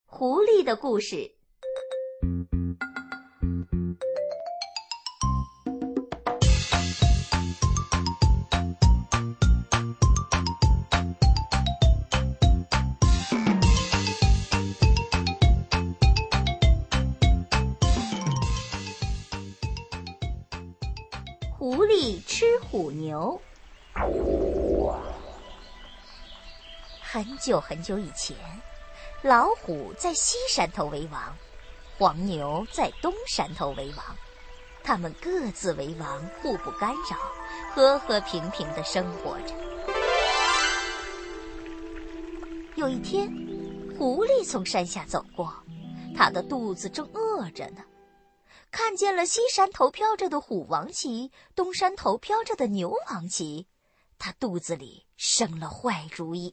狐狸的故事。狐狸吃虎牛。很久很久以前，老虎在西山头为王，黄牛在东山头为王。他们各自为王，互不干扰，和和平平地生活着。有一天，狐狸从山下走过，它的肚子正饿着呢。看见了西山头飘着的虎王旗，东山头飘着的牛王旗，他肚子里生了坏主意。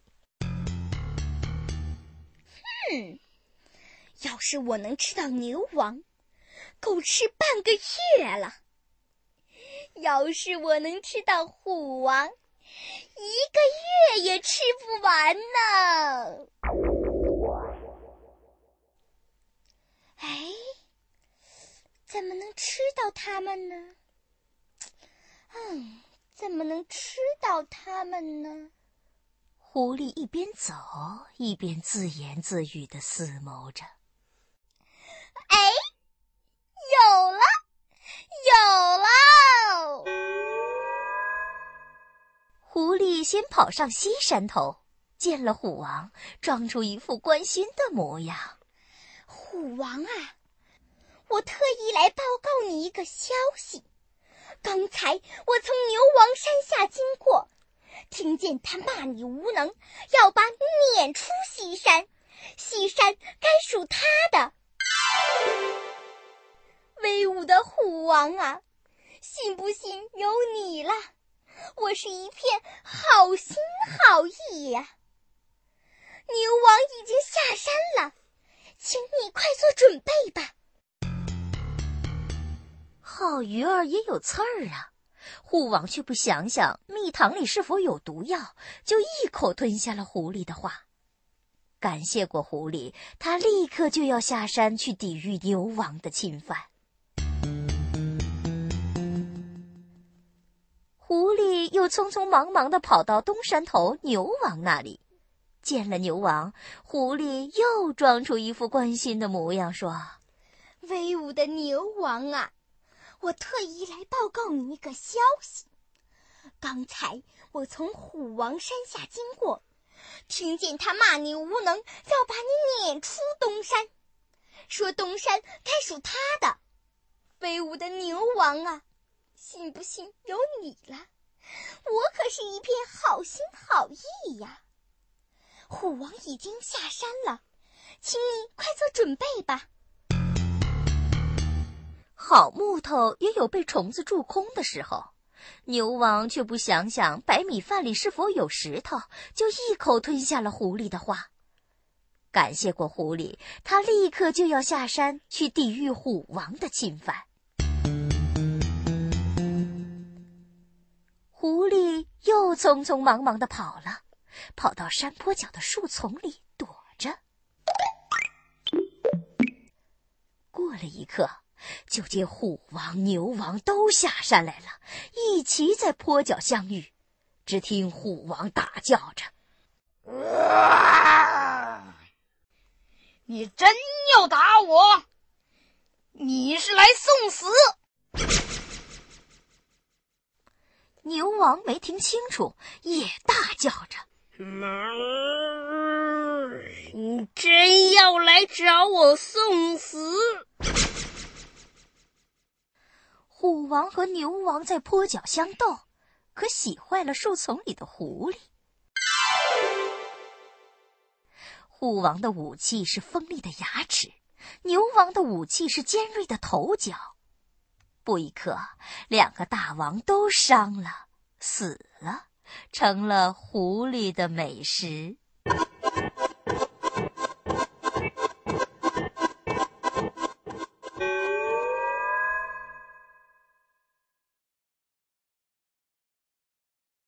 要是我能吃到牛王，够吃半个月了；要是我能吃到虎王，1个月也吃不完呢。怎么能吃到它们呢？怎么能吃到它们呢？ 狐狸一边走一边自言自语地思谋着。 有了！ 狐狸先跑上西山头，见了虎王，装出一副关心的模样。 虎王啊，我特意来报告你一个消息。刚才我从牛王山下经过，听见他骂你无能，要把你撵出西山，西山该属他的。威武的虎王啊，信不信由你了，我是一片好心好意呀。牛王已经下山了，请你快做准备吧。 好鱼儿也有刺儿啊！虎王却不想想蜜糖里是否有毒药，就一口吞下了狐狸的话。感谢过狐狸，他立刻就要下山去抵御牛王的侵犯。狐狸又匆匆忙忙地跑到东山头牛王那里，见了牛王，狐狸又装出一副关心的模样，说： 威武的牛王啊，我特意来报告你一个消息。刚才我从虎王山下经过，听见他骂你无能，要把你撵出东山，说东山该属他的。威武的牛王啊，信不信由你了，我可是一片好心好意呀。虎王已经下山了，请你快做准备吧。 好木头也有被虫子蛀空的时候，牛王却不想想白米饭里是否有石头，就一口吞下了狐狸的话。感谢过狐狸，他立刻就要下山去抵御虎王的侵犯。狐狸又匆匆忙忙地跑了，跑到山坡角的树丛里躲着。过了一刻，就见虎王、牛王都下山来了，一齐在坡脚相遇。只听虎王大叫着： 你真要打我？你是来送死！ 牛王没听清楚，也大叫着： 你真要来找我送死？ 虎王和牛王在坡脚相斗，可洗坏了树丛里的狐狸。虎王的武器是锋利的牙齿，牛王的武器是尖锐的头角。不一刻，两个大王都伤了，死了，成了狐狸的美食。